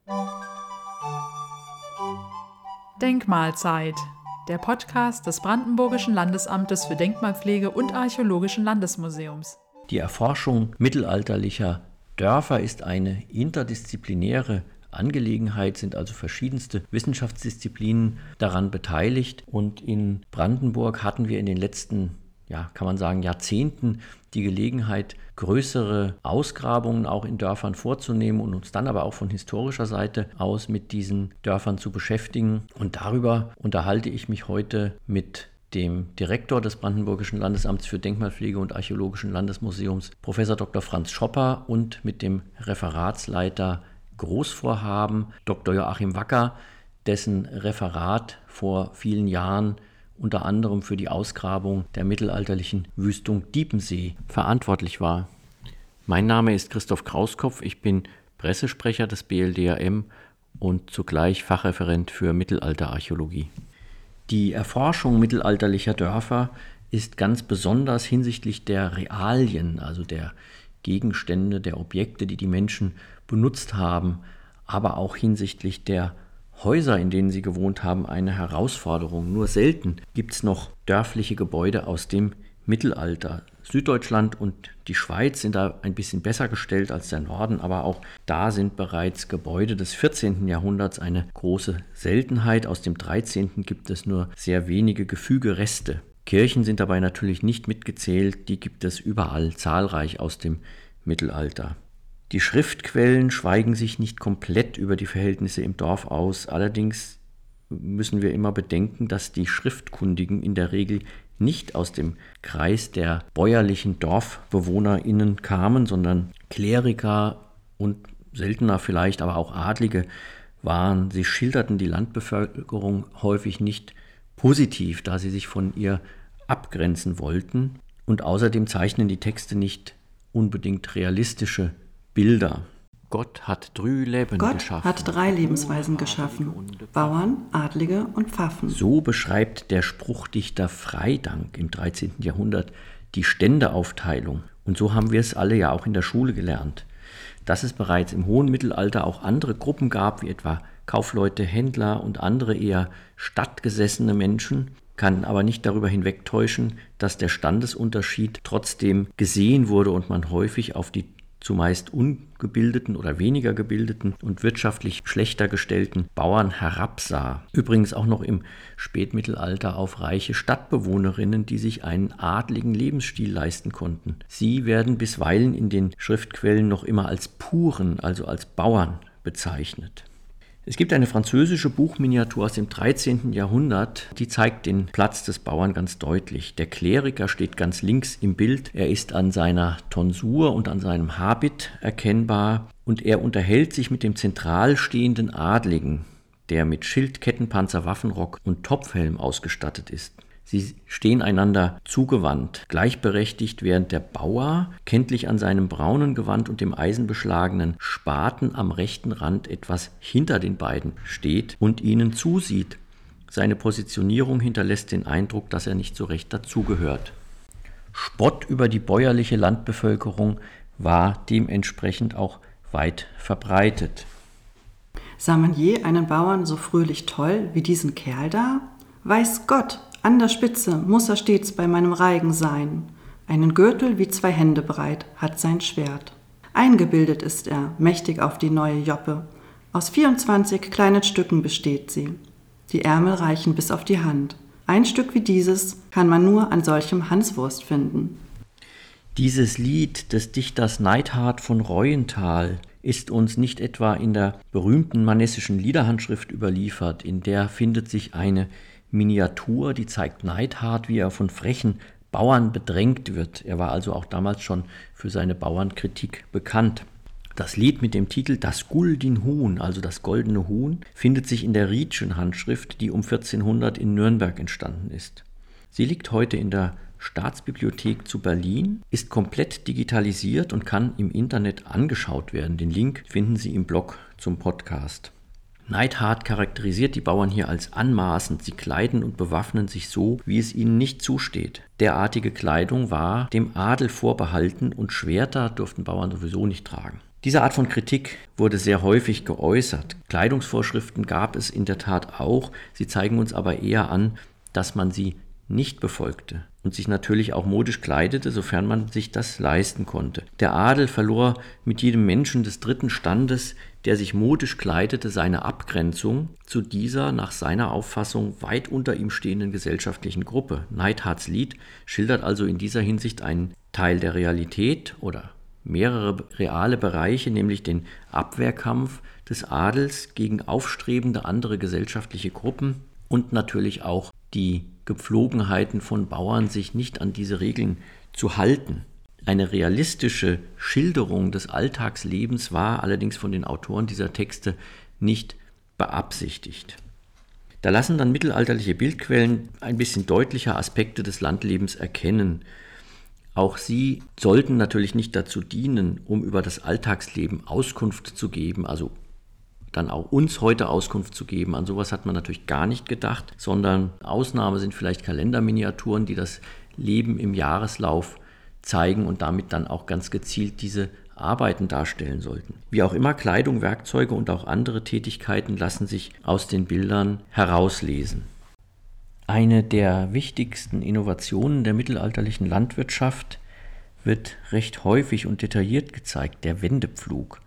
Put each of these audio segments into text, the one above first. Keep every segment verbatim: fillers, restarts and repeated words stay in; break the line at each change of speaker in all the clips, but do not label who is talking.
Denkmalzeit, der Podcast des Brandenburgischen Landesamtes für Denkmalpflege und Archäologischen Landesmuseums.
Die Erforschung mittelalterlicher Dörfer ist eine interdisziplinäre Angelegenheit, sind also verschiedenste Wissenschaftsdisziplinen daran beteiligt. Und in Brandenburg hatten wir in den letzten, ja, kann man sagen, Jahrzehnten die Gelegenheit, größere Ausgrabungen auch in Dörfern vorzunehmen und uns dann aber auch von historischer Seite aus mit diesen Dörfern zu beschäftigen. Und darüber unterhalte ich mich heute mit dem Direktor des Brandenburgischen Landesamts für Denkmalpflege und Archäologischen Landesmuseums, Professor Doktor Franz Schopper, und mit dem Referatsleiter Großvorhaben, Doktor Joachim Wacker, dessen Referat vor vielen Jahren unter anderem für die Ausgrabung der mittelalterlichen Wüstung Diepensee verantwortlich war. Mein Name ist Christoph Krauskopf, ich bin Pressesprecher des B L D A M und zugleich Fachreferent für Mittelalterarchäologie. Die Erforschung mittelalterlicher Dörfer ist ganz besonders hinsichtlich der Realien, also der Gegenstände, der Objekte, die die Menschen benutzt haben, aber auch hinsichtlich der Häuser, in denen sie gewohnt haben, eine Herausforderung. Nur selten gibt es noch dörfliche Gebäude aus dem Mittelalter. Süddeutschland und die Schweiz sind da ein bisschen besser gestellt als der Norden, aber auch da sind bereits Gebäude des vierzehnten Jahrhunderts eine große Seltenheit. Aus dem dreizehnten gibt es nur sehr wenige Gefügereste. Kirchen sind dabei natürlich nicht mitgezählt, die gibt es überall zahlreich aus dem Mittelalter. Die Schriftquellen schweigen sich nicht komplett über die Verhältnisse im Dorf aus. Allerdings müssen wir immer bedenken, dass die Schriftkundigen in der Regel nicht aus dem Kreis der bäuerlichen DorfbewohnerInnen kamen, sondern Kleriker und seltener vielleicht, aber auch Adlige waren. Sie schilderten die Landbevölkerung häufig nicht positiv, da sie sich von ihr abgrenzen wollten. Und außerdem zeichnen die Texte nicht unbedingt realistische Bilder. Gott hat drei Leben
Gott
geschaffen.
hat drei Lebensweisen geschaffen: Bauern, Adlige und Pfaffen.
So beschreibt der Spruchdichter Freydank im dreizehnten Jahrhundert die Ständeaufteilung. Und so haben wir es alle ja auch in der Schule gelernt. Dass es bereits im hohen Mittelalter auch andere Gruppen gab, wie etwa Kaufleute, Händler und andere eher stadtgesessene Menschen, kann aber nicht darüber hinwegtäuschen, dass der Standesunterschied trotzdem gesehen wurde und man häufig auf die zumeist ungebildeten oder weniger gebildeten und wirtschaftlich schlechter gestellten Bauern herabsah. Übrigens auch noch im Spätmittelalter auf reiche Stadtbewohnerinnen, die sich einen adligen Lebensstil leisten konnten. Sie werden bisweilen in den Schriftquellen noch immer als Puren, also als Bauern, bezeichnet. Es gibt eine französische Buchminiatur aus dem dreizehnten Jahrhundert, die zeigt den Platz des Bauern ganz deutlich. Der Kleriker steht ganz links im Bild, er ist an seiner Tonsur und an seinem Habit erkennbar und er unterhält sich mit dem zentral stehenden Adligen, der mit Schild, Kettenpanzer, Waffenrock und Topfhelm ausgestattet ist. Sie stehen einander zugewandt, gleichberechtigt, während der Bauer kenntlich an seinem braunen Gewand und dem eisenbeschlagenen Spaten am rechten Rand etwas hinter den beiden steht und ihnen zusieht. Seine Positionierung hinterlässt den Eindruck, dass er nicht so recht dazugehört. Spott über die bäuerliche Landbevölkerung war dementsprechend auch weit verbreitet.
Sah man je einen Bauern so fröhlich toll wie diesen Kerl da? Weiß Gott, an der Spitze muss er stets bei meinem Reigen sein. Einen Gürtel wie zwei Hände breit hat sein Schwert. Eingebildet ist er, mächtig auf die neue Joppe. Aus vierundzwanzig kleinen Stücken besteht sie. Die Ärmel reichen bis auf die Hand. Ein Stück wie dieses kann man nur an solchem Hanswurst finden.
Dieses Lied des Dichters Neidhard von Reuenthal ist uns nicht etwa in der berühmten manessischen Liederhandschrift überliefert. In der findet sich eine Miniatur, die zeigt Neidhard, wie er von frechen Bauern bedrängt wird. Er war also auch damals schon für seine Bauernkritik bekannt. Das Lied mit dem Titel Das Guldin Huhn, also das goldene Huhn, findet sich in der Riedschen Handschrift, die um vierzehnhundert in Nürnberg entstanden ist. Sie liegt heute in der Staatsbibliothek zu Berlin, ist komplett digitalisiert und kann im Internet angeschaut werden. Den Link finden Sie im Blog zum Podcast. Neidhard charakterisiert die Bauern hier als anmaßend. Sie kleiden und bewaffnen sich so, wie es ihnen nicht zusteht. Derartige Kleidung war dem Adel vorbehalten und Schwerter durften Bauern sowieso nicht tragen. Diese Art von Kritik wurde sehr häufig geäußert. Kleidungsvorschriften gab es in der Tat auch, sie zeigen uns aber eher an, dass man sie nicht befolgte und sich natürlich auch modisch kleidete, sofern man sich das leisten konnte. Der Adel verlor mit jedem Menschen des dritten Standes, der sich modisch kleidete, seine Abgrenzung zu dieser nach seiner Auffassung weit unter ihm stehenden gesellschaftlichen Gruppe. Neidharts Lied schildert also in dieser Hinsicht einen Teil der Realität oder mehrere reale Bereiche, nämlich den Abwehrkampf des Adels gegen aufstrebende andere gesellschaftliche Gruppen und natürlich auch die Gepflogenheiten von Bauern, sich nicht an diese Regeln zu halten. Eine realistische Schilderung des Alltagslebens war allerdings von den Autoren dieser Texte nicht beabsichtigt. Da lassen dann mittelalterliche Bildquellen ein bisschen deutlicher Aspekte des Landlebens erkennen. Auch sie sollten natürlich nicht dazu dienen, um über das Alltagsleben Auskunft zu geben, also dann auch uns heute Auskunft zu geben. An sowas hat man natürlich gar nicht gedacht, sondern Ausnahme sind vielleicht Kalenderminiaturen, die das Leben im Jahreslauf zeigen und damit dann auch ganz gezielt diese Arbeiten darstellen sollten. Wie auch immer, Kleidung, Werkzeuge und auch andere Tätigkeiten lassen sich aus den Bildern herauslesen. Eine der wichtigsten Innovationen der mittelalterlichen Landwirtschaft wird recht häufig und detailliert gezeigt, der Wendepflug.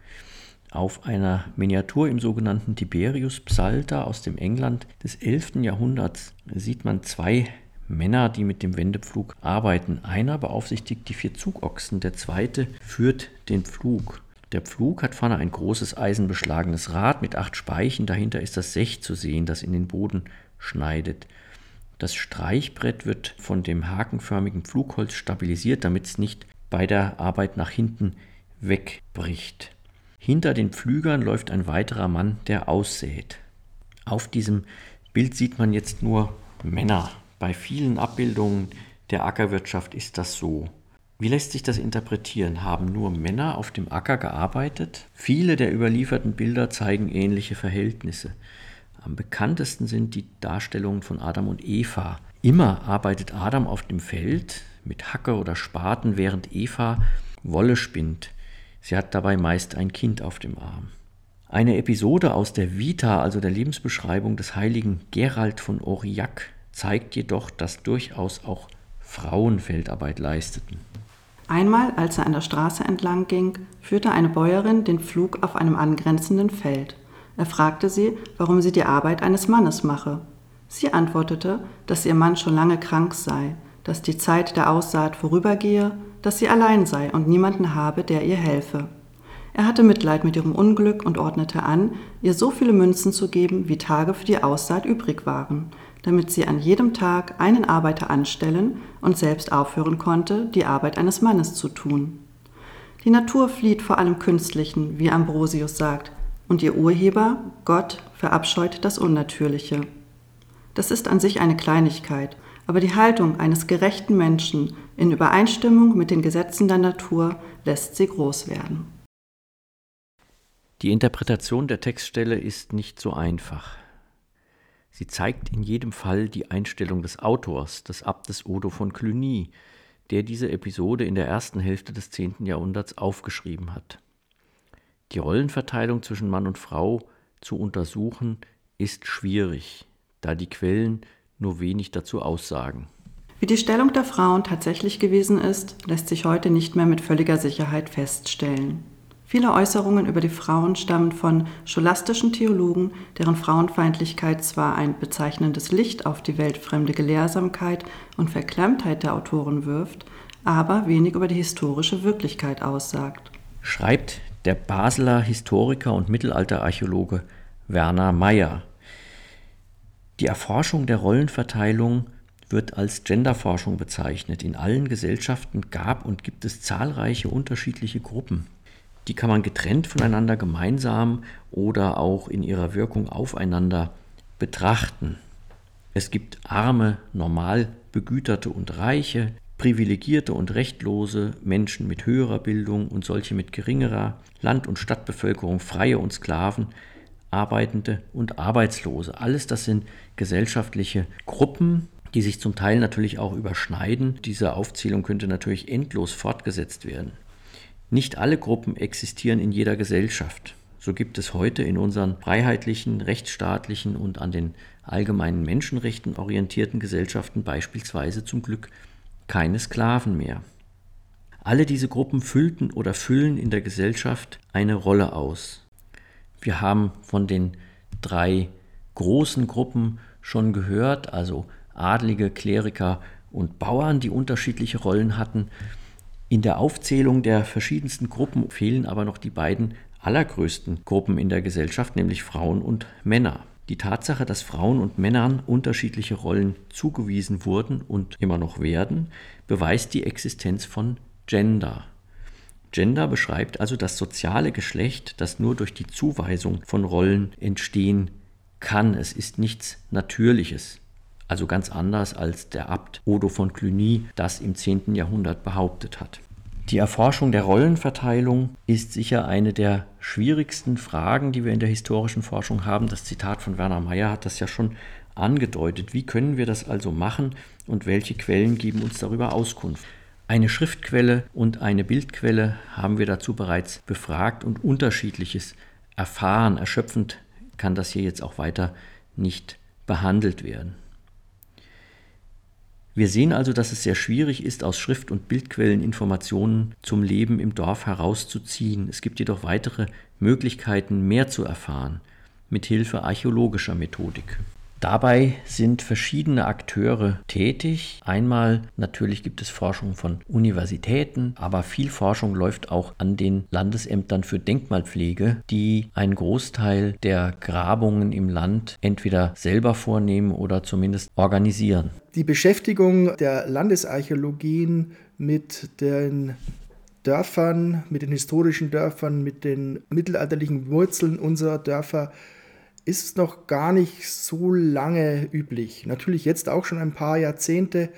Auf einer Miniatur im sogenannten Tiberius-Psalter aus dem England des elften Jahrhunderts sieht man zwei Männer, die mit dem Wendepflug arbeiten. Einer beaufsichtigt die vier Zugochsen, der zweite führt den Pflug. Der Pflug hat vorne ein großes eisenbeschlagenes Rad mit acht Speichen, dahinter ist das Sech zu sehen, das in den Boden schneidet. Das Streichbrett wird von dem hakenförmigen Pflugholz stabilisiert, damit es nicht bei der Arbeit nach hinten wegbricht. Hinter den Pflügern läuft ein weiterer Mann, der aussät. Auf diesem Bild sieht man jetzt nur Männer. Bei vielen Abbildungen der Ackerwirtschaft ist das so. Wie lässt sich das interpretieren? Haben nur Männer auf dem Acker gearbeitet? Viele der überlieferten Bilder zeigen ähnliche Verhältnisse. Am bekanntesten sind die Darstellungen von Adam und Eva. Immer arbeitet Adam auf dem Feld mit Hacke oder Spaten, während Eva Wolle spinnt. Sie hat dabei meist ein Kind auf dem Arm. Eine Episode aus der Vita, also der Lebensbeschreibung des heiligen Gerald von Aurillac, zeigt jedoch, dass durchaus auch Frauen Feldarbeit leisteten.
Einmal, als er an der Straße entlang ging, führte eine Bäuerin den Pflug auf einem angrenzenden Feld. Er fragte sie, warum sie die Arbeit eines Mannes mache. Sie antwortete, dass ihr Mann schon lange krank sei, dass die Zeit der Aussaat vorübergehe, dass sie allein sei und niemanden habe, der ihr helfe. Er hatte Mitleid mit ihrem Unglück und ordnete an, ihr so viele Münzen zu geben, wie Tage für die Aussaat übrig waren, damit sie an jedem Tag einen Arbeiter anstellen und selbst aufhören konnte, die Arbeit eines Mannes zu tun. Die Natur flieht vor allem Künstlichen, wie Ambrosius sagt, und ihr Urheber, Gott, verabscheut das Unnatürliche. Das ist an sich eine Kleinigkeit, aber die Haltung eines gerechten Menschen in Übereinstimmung mit den Gesetzen der Natur lässt sie groß werden.
Die Interpretation der Textstelle ist nicht so einfach. Sie zeigt in jedem Fall die Einstellung des Autors, des Abtes Odo von Cluny, der diese Episode in der ersten Hälfte des zehnten Jahrhunderts aufgeschrieben hat. Die Rollenverteilung zwischen Mann und Frau zu untersuchen, ist schwierig, da die Quellen nur wenig dazu aussagen.
Wie die Stellung der Frauen tatsächlich gewesen ist, lässt sich heute nicht mehr mit völliger Sicherheit feststellen. Viele Äußerungen über die Frauen stammen von scholastischen Theologen, deren Frauenfeindlichkeit zwar ein bezeichnendes Licht auf die weltfremde Gelehrsamkeit und Verklemmtheit der Autoren wirft, aber wenig über die historische Wirklichkeit aussagt.
Schreibt der Basler Historiker und Mittelalterarchäologe Werner Meyer. Die Erforschung der Rollenverteilung wird als Genderforschung bezeichnet. In allen Gesellschaften gab und gibt es zahlreiche unterschiedliche Gruppen. Die kann man getrennt voneinander gemeinsam oder auch in ihrer Wirkung aufeinander betrachten. Es gibt Arme, normal Begüterte und Reiche, Privilegierte und Rechtlose, Menschen mit höherer Bildung und solche mit geringerer, Land- und Stadtbevölkerung, Freie und Sklaven, Arbeitende und Arbeitslose. Alles das sind gesellschaftliche Gruppen, die sich zum Teil natürlich auch überschneiden. Diese Aufzählung könnte natürlich endlos fortgesetzt werden. Nicht alle Gruppen existieren in jeder Gesellschaft. So gibt es heute in unseren freiheitlichen, rechtsstaatlichen und an den allgemeinen Menschenrechten orientierten Gesellschaften beispielsweise zum Glück keine Sklaven mehr. Alle diese Gruppen füllten oder füllen in der Gesellschaft eine Rolle aus. Wir haben von den drei großen Gruppen schon gehört, also Adlige, Kleriker und Bauern, die unterschiedliche Rollen hatten. In der Aufzählung der verschiedensten Gruppen fehlen aber noch die beiden allergrößten Gruppen in der Gesellschaft, nämlich Frauen und Männer. Die Tatsache, dass Frauen und Männern unterschiedliche Rollen zugewiesen wurden und immer noch werden, beweist die Existenz von Gender. Gender beschreibt also das soziale Geschlecht, das nur durch die Zuweisung von Rollen entstehen kann. Es ist nichts Natürliches, also ganz anders als der Abt Odo von Cluny das im zehnten Jahrhundert behauptet hat. Die Erforschung der Rollenverteilung ist sicher eine der schwierigsten Fragen, die wir in der historischen Forschung haben. Das Zitat von Werner Meyer hat das ja schon angedeutet. Wie können wir das also machen und welche Quellen geben uns darüber Auskunft? Eine Schriftquelle und eine Bildquelle haben wir dazu bereits befragt und Unterschiedliches erfahren. Erschöpfend kann das hier jetzt auch weiter nicht behandelt werden. Wir sehen also, dass es sehr schwierig ist, aus Schrift- und Bildquellen Informationen zum Leben im Dorf herauszuziehen. Es gibt jedoch weitere Möglichkeiten, mehr zu erfahren, mit Hilfe archäologischer Methodik. Dabei sind verschiedene Akteure tätig. Einmal natürlich gibt es Forschung von Universitäten, aber viel Forschung läuft auch an den Landesämtern für Denkmalpflege, die einen Großteil der Grabungen im Land entweder selber vornehmen oder zumindest organisieren.
Die Beschäftigung der Landesarchäologien mit den Dörfern, mit den historischen Dörfern, mit den mittelalterlichen Wurzeln unserer Dörfer ist noch gar nicht so lange üblich. Natürlich jetzt auch schon ein paar Jahrzehnte,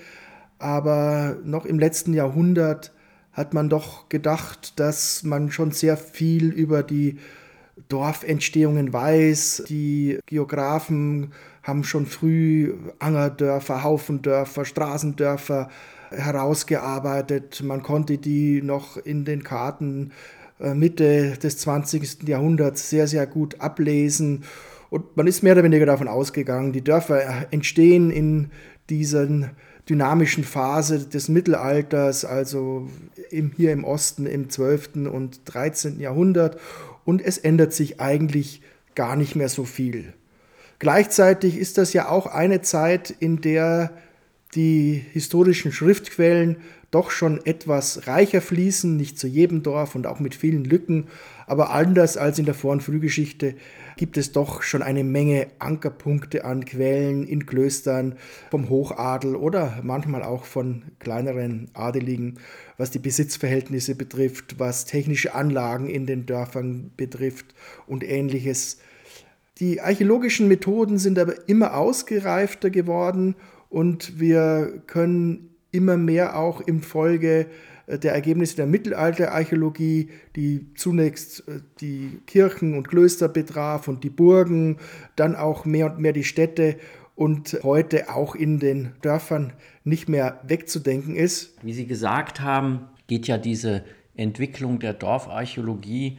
aber noch im letzten Jahrhundert hat man doch gedacht, dass man schon sehr viel über die Dorfentstehungen weiß. Die Geographen haben schon früh Angerdörfer, Haufendörfer, Straßendörfer herausgearbeitet. Man konnte die noch in den Karten Mitte des zwanzigsten Jahrhunderts sehr, sehr gut ablesen. Und man ist mehr oder weniger davon ausgegangen, die Dörfer entstehen in dieser dynamischen Phase des Mittelalters, also im, hier im Osten im zwölften und dreizehnten Jahrhundert. Und es ändert sich eigentlich gar nicht mehr so viel. Gleichzeitig ist das ja auch eine Zeit, in der die historischen Schriftquellen doch schon etwas reicher fließen, nicht zu jedem Dorf und auch mit vielen Lücken, aber anders als in der Vor- und Frühgeschichte gibt es doch schon eine Menge Ankerpunkte an Quellen in Klöstern vom Hochadel oder manchmal auch von kleineren Adeligen, was die Besitzverhältnisse betrifft, was technische Anlagen in den Dörfern betrifft und Ähnliches. Die archäologischen Methoden sind aber immer ausgereifter geworden und wir können immer mehr auch im Folge der Ergebnisse der Mittelalterarchäologie, die zunächst die Kirchen und Klöster betraf und die Burgen, dann auch mehr und mehr die Städte und heute auch in den Dörfern nicht mehr wegzudenken ist.
Wie Sie gesagt haben, geht ja diese Entwicklung der Dorfarchäologie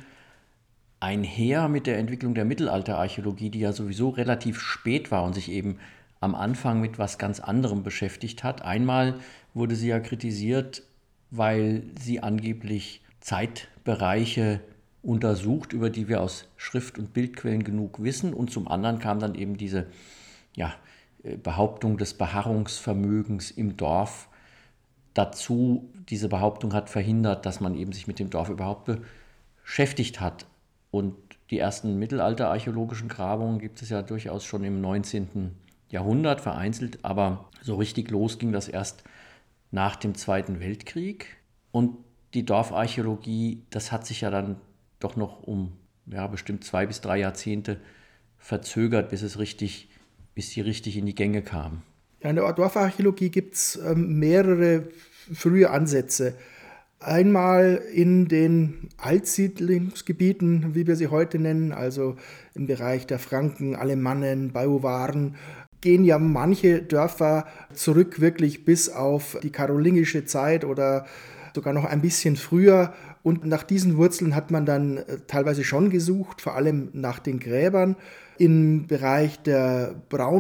einher mit der Entwicklung der Mittelalterarchäologie, die ja sowieso relativ spät war und sich eben am Anfang mit was ganz anderem beschäftigt hat. Einmal wurde sie ja kritisiert, weil sie angeblich Zeitbereiche untersucht, über die wir aus Schrift- und Bildquellen genug wissen. Und zum anderen kam dann eben diese ja, Behauptung des Beharrungsvermögens im Dorf dazu. Diese Behauptung hat verhindert, dass man eben sich mit dem Dorf überhaupt beschäftigt hat. Und die ersten mittelalterarchäologischen Grabungen gibt es ja durchaus schon im neunzehnten Jahrhundert vereinzelt, aber so richtig los ging das erst nach dem Zweiten Weltkrieg. Und die Dorfarchäologie, das hat sich ja dann doch noch um ja, bestimmt zwei bis drei Jahrzehnte verzögert, bis es richtig, bis sie richtig in die Gänge kam.
Ja, in der Dorfarchäologie gibt es ähm, mehrere frühe Ansätze. Einmal in den Altsiedlungsgebieten, wie wir sie heute nennen, also im Bereich der Franken, Alemannen, Bajuwaren, gehen ja manche Dörfer zurück wirklich bis auf die karolingische Zeit oder sogar noch ein bisschen früher. Und nach diesen Wurzeln hat man dann teilweise schon gesucht, vor allem nach den Gräbern. Im Bereich der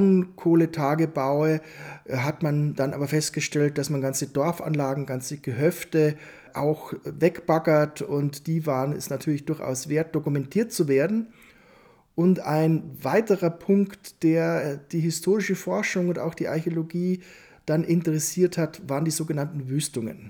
Braunkohletagebaue hat man dann aber festgestellt, dass man ganze Dorfanlagen, ganze Gehöfte auch wegbaggert, und die waren es natürlich durchaus wert, dokumentiert zu werden. Und ein weiterer Punkt, der die historische Forschung und auch die Archäologie dann interessiert hat, waren die sogenannten Wüstungen.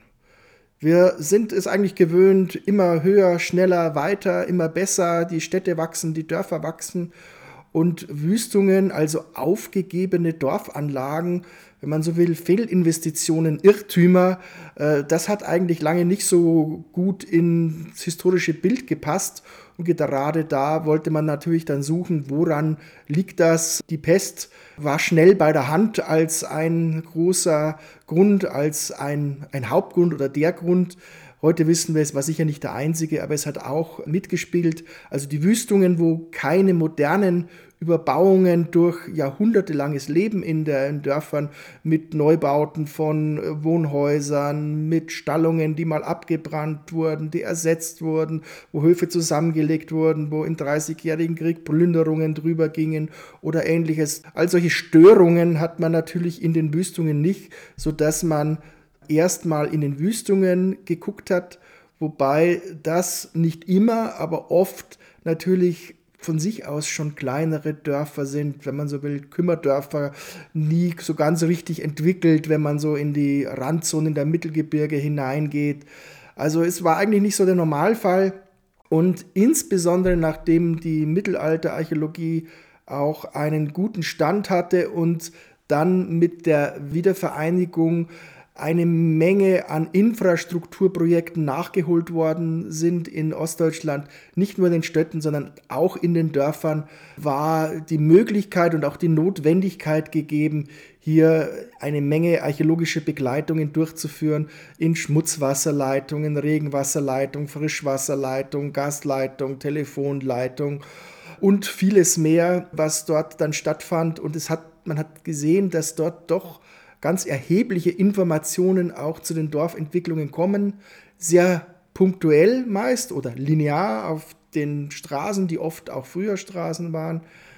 Wir sind es eigentlich gewöhnt, immer höher, schneller, weiter, immer besser, die Städte wachsen, die Dörfer wachsen, und Wüstungen, also aufgegebene Dorfanlagen, wenn man so will, Fehlinvestitionen, Irrtümer, äh, das hat eigentlich lange nicht so gut ins historische Bild gepasst. Und gerade da wollte man natürlich dann suchen, woran liegt das? Die Pest war schnell bei der Hand als ein großer Grund, als ein, ein Hauptgrund oder der Grund. Heute wissen wir, es war sicher nicht der einzige, aber es hat auch mitgespielt. Also die Wüstungen, wo keine modernen Überbauungen durch jahrhundertelanges Leben in den Dörfern mit Neubauten von Wohnhäusern, mit Stallungen, die mal abgebrannt wurden, die ersetzt wurden, wo Höfe zusammengelegt wurden, wo im Dreißigjährigen Krieg Plünderungen drüber gingen oder ähnliches. All solche Störungen hat man natürlich in den Wüstungen nicht, sodass man erstmal in den Wüstungen geguckt hat, wobei das nicht immer, aber oft natürlich von sich aus schon kleinere Dörfer sind, wenn man so will, Kümmerdörfer, nie so ganz richtig entwickelt, wenn man so in die Randzonen der Mittelgebirge hineingeht. Also es war eigentlich nicht so der Normalfall, und insbesondere nachdem die Mittelalterarchäologie auch einen guten Stand hatte und dann mit der Wiedervereinigung eine Menge an Infrastrukturprojekten nachgeholt worden sind in Ostdeutschland, nicht nur in den Städten, sondern auch in den Dörfern, war die Möglichkeit und auch die Notwendigkeit gegeben, hier eine Menge archäologische Begleitungen durchzuführen in Schmutzwasserleitung, Regenwasserleitung, Frischwasserleitung, Gasleitung, Telefonleitung und vieles mehr, was dort dann stattfand. Und es hat, man hat gesehen, dass dort doch ganz erhebliche Informationen auch zu den Dorfentwicklungen kommen, sehr punktuell meist oder linear auf den Straßen, die oft auch früher Straßen waren,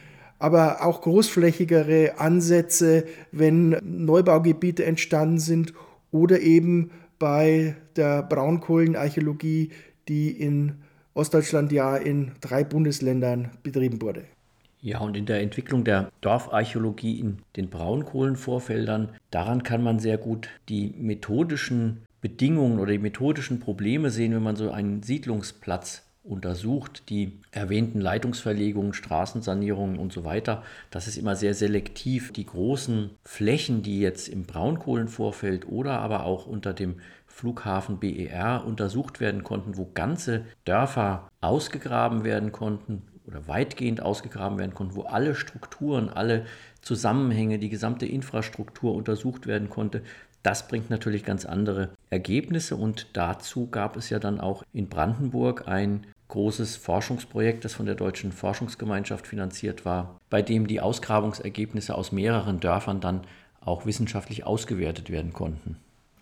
aber auch großflächigere Ansätze, wenn Neubaugebiete entstanden sind oder eben bei der Braunkohlenarchäologie, die in Ostdeutschland ja in drei Bundesländern betrieben wurde.
Ja, und in der Entwicklung der Dorfarchäologie in den Braunkohlenvorfeldern, daran kann man sehr gut die methodischen Bedingungen oder die methodischen Probleme sehen, wenn man so einen Siedlungsplatz untersucht. Die erwähnten Leitungsverlegungen, Straßensanierungen und so weiter, das ist immer sehr selektiv. Die großen Flächen, die jetzt im Braunkohlenvorfeld oder aber auch unter dem Flughafen B E R untersucht werden konnten, wo ganze Dörfer ausgegraben werden konnten, oder weitgehend ausgegraben werden konnten, wo alle Strukturen, alle Zusammenhänge, die gesamte Infrastruktur untersucht werden konnte, das bringt natürlich ganz andere Ergebnisse. Und dazu gab es ja dann auch in Brandenburg ein großes Forschungsprojekt, das von der Deutschen Forschungsgemeinschaft finanziert war, bei dem die Ausgrabungsergebnisse aus mehreren Dörfern dann auch wissenschaftlich ausgewertet werden konnten.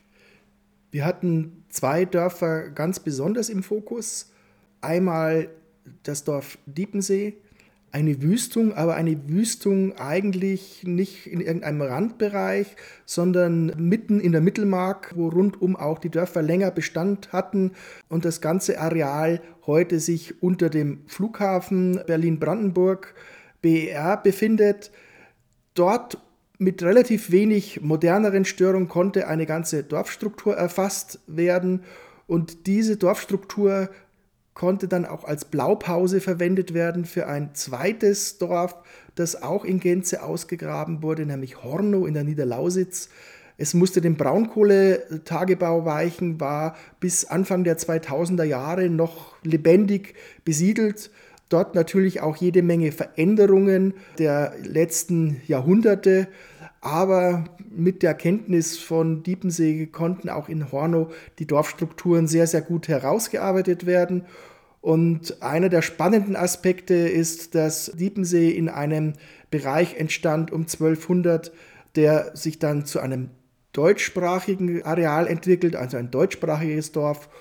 Wir hatten zwei Dörfer ganz besonders im Fokus. Einmal das Dorf Diepensee, eine Wüstung, aber eine Wüstung eigentlich nicht in irgendeinem Randbereich, sondern mitten in der Mittelmark, wo rundum auch die Dörfer länger Bestand hatten und das ganze Areal heute sich unter dem Flughafen Berlin-Brandenburg B E R befindet. Dort mit relativ wenig moderneren Störungen konnte eine ganze Dorfstruktur erfasst werden, und diese Dorfstruktur konnte dann auch als Blaupause verwendet werden für ein zweites Dorf, das auch in Gänze ausgegraben wurde, nämlich Hornow in der Niederlausitz. Es musste dem Braunkohletagebau weichen, war bis Anfang der zweitausender Jahre noch lebendig besiedelt. Dort natürlich auch jede Menge Veränderungen der letzten Jahrhunderte, aber mit der Kenntnis von Diepensee konnten auch in Hornow die Dorfstrukturen sehr, sehr gut herausgearbeitet werden. Und einer der spannenden Aspekte ist, dass Diepensee in einem Bereich entstand um zwölfhundert, der sich dann zu einem deutschsprachigen Areal entwickelt, also ein deutschsprachiges Dorf.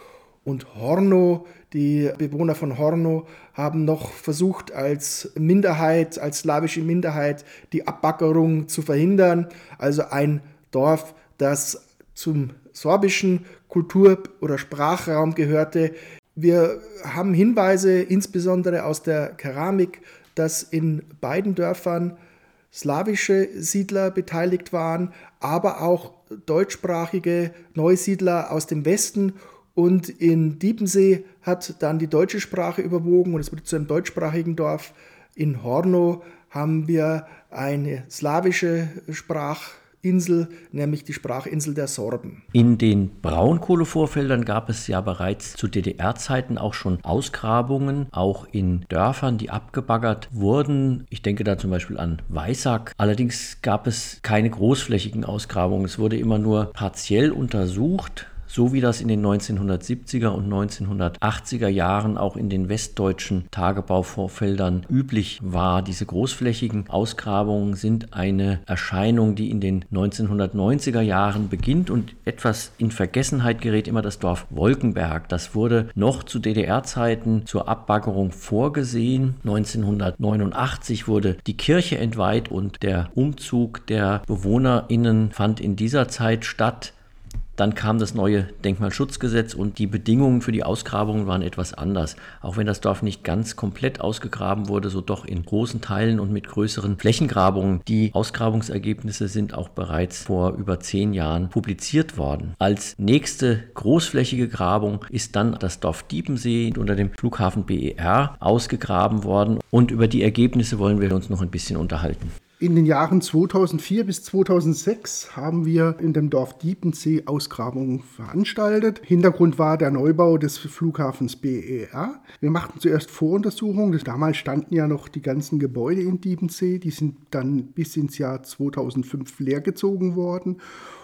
Und Horno, die Bewohner von Horno haben noch versucht, als Minderheit, als slawische Minderheit die Abbaggerung zu verhindern. Also ein Dorf, das zum sorbischen Kultur- oder Sprachraum gehörte. Wir haben Hinweise, insbesondere aus der Keramik, dass in beiden Dörfern slawische Siedler beteiligt waren, aber auch deutschsprachige Neusiedler aus dem Westen. Und in Diebensee hat dann die deutsche Sprache überwogen und es wurde zu einem deutschsprachigen Dorf. In Horno haben wir eine slawische Sprachinsel, nämlich die Sprachinsel der Sorben.
In den Braunkohlevorfeldern gab es ja bereits zu D D R-Zeiten auch schon Ausgrabungen, auch in Dörfern, die abgebaggert wurden. Ich denke da zum Beispiel an Weissack. Allerdings gab es keine großflächigen Ausgrabungen. Es wurde immer nur partiell untersucht, so wie das in den neunzehnhundertsiebziger und neunzehnhundertachtziger Jahren auch in den westdeutschen Tagebauvorfeldern üblich war. Diese großflächigen Ausgrabungen sind eine Erscheinung, die in den neunzehnhundertneunziger Jahren beginnt und etwas in Vergessenheit gerät immer das Dorf Wolkenberg. Das wurde noch zu D D R-Zeiten zur Abbaggerung vorgesehen. neunzehnhundertneunundachtzig wurde die Kirche entweiht und der Umzug der BewohnerInnen fand in dieser Zeit statt. Dann kam das neue Denkmalschutzgesetz und die Bedingungen für die Ausgrabungen waren etwas anders. Auch wenn das Dorf nicht ganz komplett ausgegraben wurde, so doch in großen Teilen und mit größeren Flächengrabungen. Die Ausgrabungsergebnisse sind auch bereits vor über zehn Jahren publiziert worden. Als nächste großflächige Grabung ist dann das Dorf Diebensee unter dem Flughafen B E R ausgegraben worden. Und über die Ergebnisse wollen wir uns noch ein bisschen unterhalten.
In den Jahren zweitausendvier bis zweitausendsechs haben wir in dem Dorf Diebensee Ausgrabungen veranstaltet. Hintergrund war der Neubau des Flughafens B E R. Wir machten zuerst Voruntersuchungen. Damals standen ja noch die ganzen Gebäude in Diebensee. Die sind dann bis ins Jahr zweitausendfünf leergezogen worden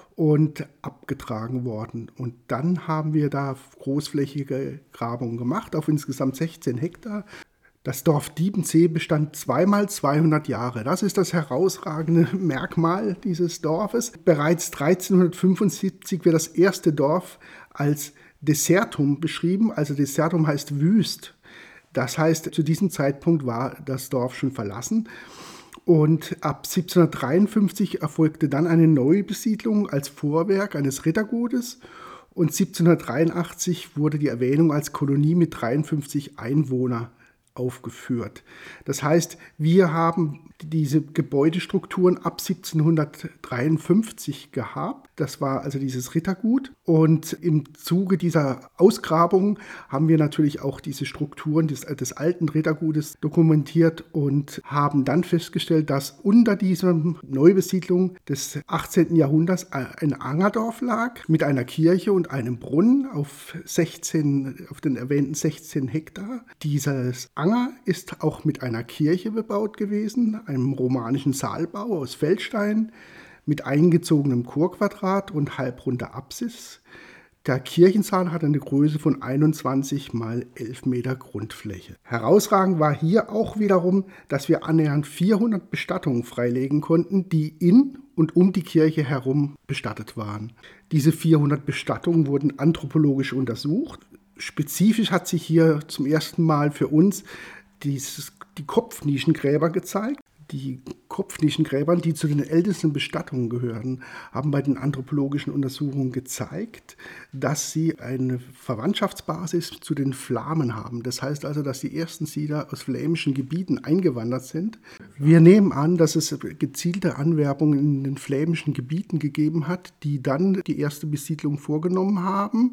und abgetragen worden. Und dann haben wir da großflächige Grabungen gemacht auf insgesamt sechzehn Hektar. Das Dorf Diebensee bestand zweimal zweihundert Jahre. Das ist das herausragende Merkmal dieses Dorfes. Bereits dreizehnhundertfünfundsiebzig wird das erste Dorf als Desertum beschrieben. Also Desertum heißt wüst. Das heißt, zu diesem Zeitpunkt war das Dorf schon verlassen. Und ab siebzehnhundertdreiundfünfzig erfolgte dann eine Neubesiedlung als Vorwerk eines Rittergutes. Und siebzehnhundertdreiundachtzig wurde die Erwähnung als Kolonie mit dreiundfünfzig Einwohnern aufgeführt. Das heißt, wir haben diese Gebäudestrukturen ab siebzehnhundertdreiundfünfzig gehabt. Das war also dieses Rittergut. Und im Zuge dieser Ausgrabung haben wir natürlich auch diese Strukturen des, des alten Rittergutes dokumentiert und haben dann festgestellt, dass unter dieser Neubesiedlung des achtzehnten Jahrhunderts ein Angerdorf lag mit einer Kirche und einem Brunnen auf, sechzehn, auf den erwähnten sechzehn Hektar. Dieses Anger ist auch mit einer Kirche bebaut gewesen, einem romanischen Saalbau aus Feldstein mit eingezogenem Chorquadrat und halbrunder Apsis. Der Kirchensaal hat eine Größe von einundzwanzig mal elf Meter Grundfläche. Herausragend war hier auch wiederum, dass wir annähernd vierhundert Bestattungen freilegen konnten, die in und um die Kirche herum bestattet waren. Diese vierhundert Bestattungen wurden anthropologisch untersucht. Spezifisch hat sich hier zum ersten Mal für uns dieses, die Kopfnischengräber gezeigt. Die Kopfnischengräber, die zu den ältesten Bestattungen gehören, haben bei den anthropologischen Untersuchungen gezeigt, dass sie eine Verwandtschaftsbasis zu den Flamen haben. Das heißt also, dass die ersten Siedler aus flämischen Gebieten eingewandert sind. Wir nehmen an, dass es gezielte Anwerbungen in den flämischen Gebieten gegeben hat, die dann die erste Besiedlung vorgenommen haben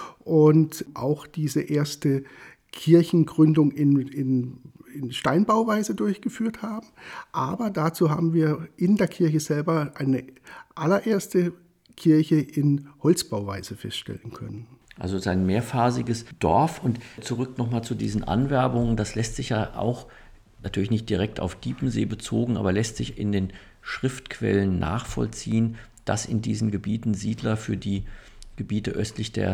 und auch diese erste Kirchengründung in, in, in Steinbauweise durchgeführt haben. Aber dazu haben wir in der Kirche selber eine allererste Kirche in Holzbauweise feststellen können.
Also es ist ein mehrphasiges Dorf. Und zurück nochmal zu diesen Anwerbungen. Das lässt sich ja auch, natürlich nicht direkt auf Diebensee bezogen, aber lässt sich in den Schriftquellen nachvollziehen, dass in diesen Gebieten Siedler für die Gebiete östlich der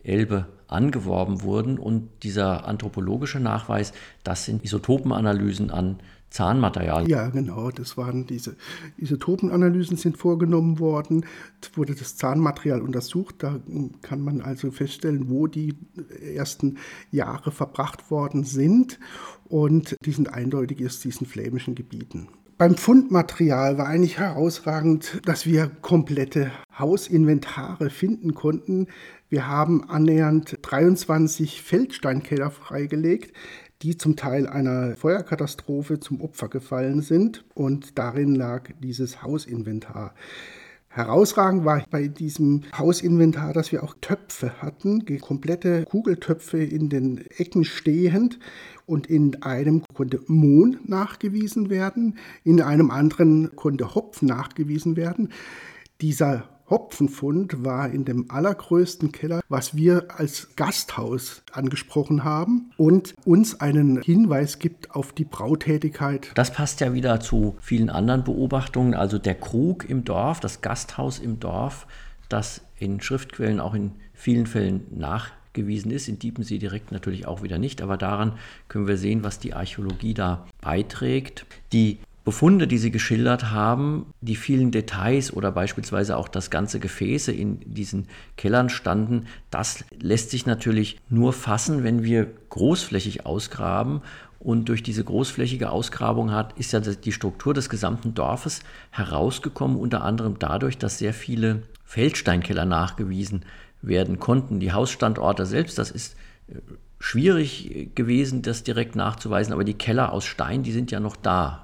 Elbe angeworben wurden. Und dieser anthropologische Nachweis, das sind Isotopenanalysen an Zahnmaterial.
Ja, genau, das waren diese Isotopenanalysen sind vorgenommen worden, es wurde das Zahnmaterial untersucht, da kann man also feststellen, wo die ersten Jahre verbracht worden sind und die sind eindeutig aus diesen flämischen Gebieten. Beim Fundmaterial war eigentlich herausragend, dass wir komplette Hausinventare finden konnten. Wir haben annähernd dreiundzwanzig Feldsteinkeller freigelegt, die zum Teil einer Feuerkatastrophe zum Opfer gefallen sind. Und darin lag dieses Hausinventar. Herausragend war bei diesem Hausinventar, dass wir auch Töpfe hatten, komplette Kugeltöpfe in den Ecken stehend. Und in einem konnte Mohn nachgewiesen werden, in einem anderen konnte Hopfen nachgewiesen werden. Dieser Hopfenfund war in dem allergrößten Keller, was wir als Gasthaus angesprochen haben und uns einen Hinweis gibt auf die Brautätigkeit.
Das passt ja wieder zu vielen anderen Beobachtungen. Also der Krug im Dorf, das Gasthaus im Dorf, das in Schriftquellen auch in vielen Fällen nachgewiesen ist, in Diepensee direkt natürlich auch wieder nicht, aber daran können wir sehen, was die Archäologie da beiträgt. Die Befunde, die Sie geschildert haben, die vielen Details oder beispielsweise auch das ganze Gefäße in diesen Kellern standen, das lässt sich natürlich nur fassen, wenn wir großflächig ausgraben. Und durch diese großflächige Ausgrabung hat, ist ja die Struktur des gesamten Dorfes herausgekommen, unter anderem dadurch, dass sehr viele Feldsteinkeller nachgewiesen werden konnten. Die Hausstandorte selbst, das ist schwierig gewesen, das direkt nachzuweisen, aber die Keller aus Stein, die sind ja noch da.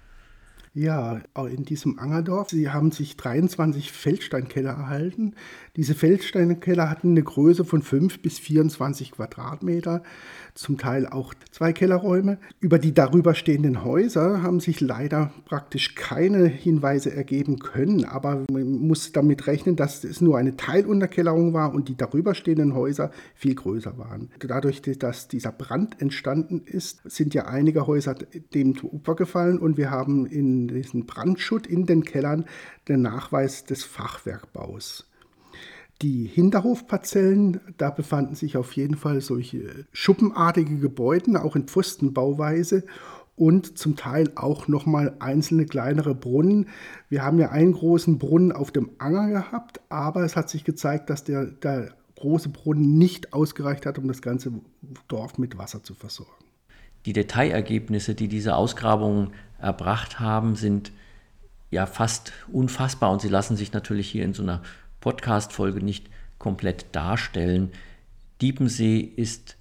Ja, in diesem Angerdorf, sie haben sich dreiundzwanzig Feldsteinkeller erhalten. Diese Feldsteinkeller hatten eine Größe von fünf bis vierundzwanzig Quadratmeter, zum Teil auch zwei Kellerräume. Über die darüber stehenden Häuser haben sich leider praktisch keine Hinweise ergeben können, aber man muss damit rechnen, dass es nur eine Teilunterkellerung war und die darüber stehenden Häuser viel größer waren. Dadurch, dass dieser Brand entstanden ist, sind ja einige Häuser dem zu Opfer gefallen und wir haben in diesen Brandschutt in den Kellern den Nachweis des Fachwerkbaus. Die Hinterhofparzellen, da befanden sich auf jeden Fall solche schuppenartige Gebäude, auch in Pfostenbauweise und zum Teil auch nochmal einzelne kleinere Brunnen. Wir haben ja einen großen Brunnen auf dem Anger gehabt, aber es hat sich gezeigt, dass der, der große Brunnen nicht ausgereicht hat, um das ganze Dorf mit Wasser zu versorgen.
Die Detailergebnisse, die diese Ausgrabungen erbracht haben, sind ja fast unfassbar und sie lassen sich natürlich hier in so einer Podcast-Folge nicht komplett darstellen. Diepensee ist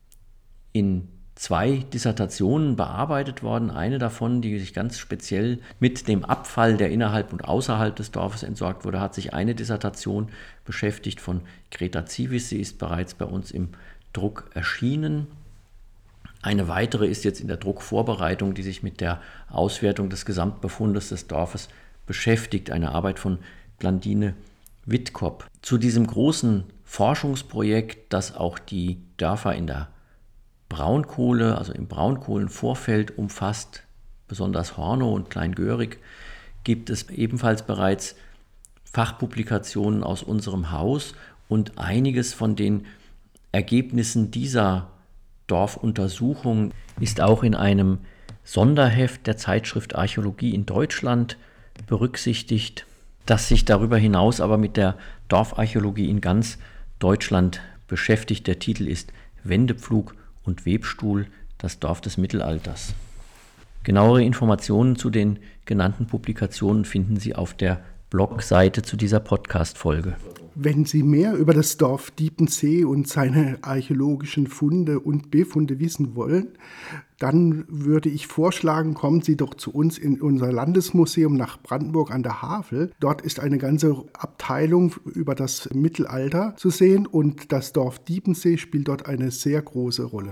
in zwei Dissertationen bearbeitet worden. Eine davon, die sich ganz speziell mit dem Abfall, der innerhalb und außerhalb des Dorfes entsorgt wurde, hat sich eine Dissertation beschäftigt von Greta Zivis. Sie ist bereits bei uns im Druck erschienen. Eine weitere ist jetzt in der Druckvorbereitung, die sich mit der Auswertung des Gesamtbefundes des Dorfes beschäftigt. Eine Arbeit von Blandine Wittkop. Zu diesem großen Forschungsprojekt, das auch die Dörfer in der Braunkohle, also im Braunkohlenvorfeld umfasst, besonders Hornow und Kleingörig, gibt es ebenfalls bereits Fachpublikationen aus unserem Haus und einiges von den Ergebnissen dieser Dorfuntersuchung ist auch in einem Sonderheft der Zeitschrift Archäologie in Deutschland berücksichtigt, das sich darüber hinaus aber mit der Dorfarchäologie in ganz Deutschland beschäftigt. Der Titel ist Wendepflug und Webstuhl, das Dorf des Mittelalters. Genauere Informationen zu den genannten Publikationen finden Sie auf der Blogseite zu dieser Podcast-Folge.
Wenn Sie mehr über das Dorf Diepensee und seine archäologischen Funde und Befunde wissen wollen, dann würde ich vorschlagen, kommen Sie doch zu uns in unser Landesmuseum nach Brandenburg an der Havel. Dort ist eine ganze Abteilung über das Mittelalter zu sehen und das Dorf Diepensee spielt dort eine sehr große Rolle.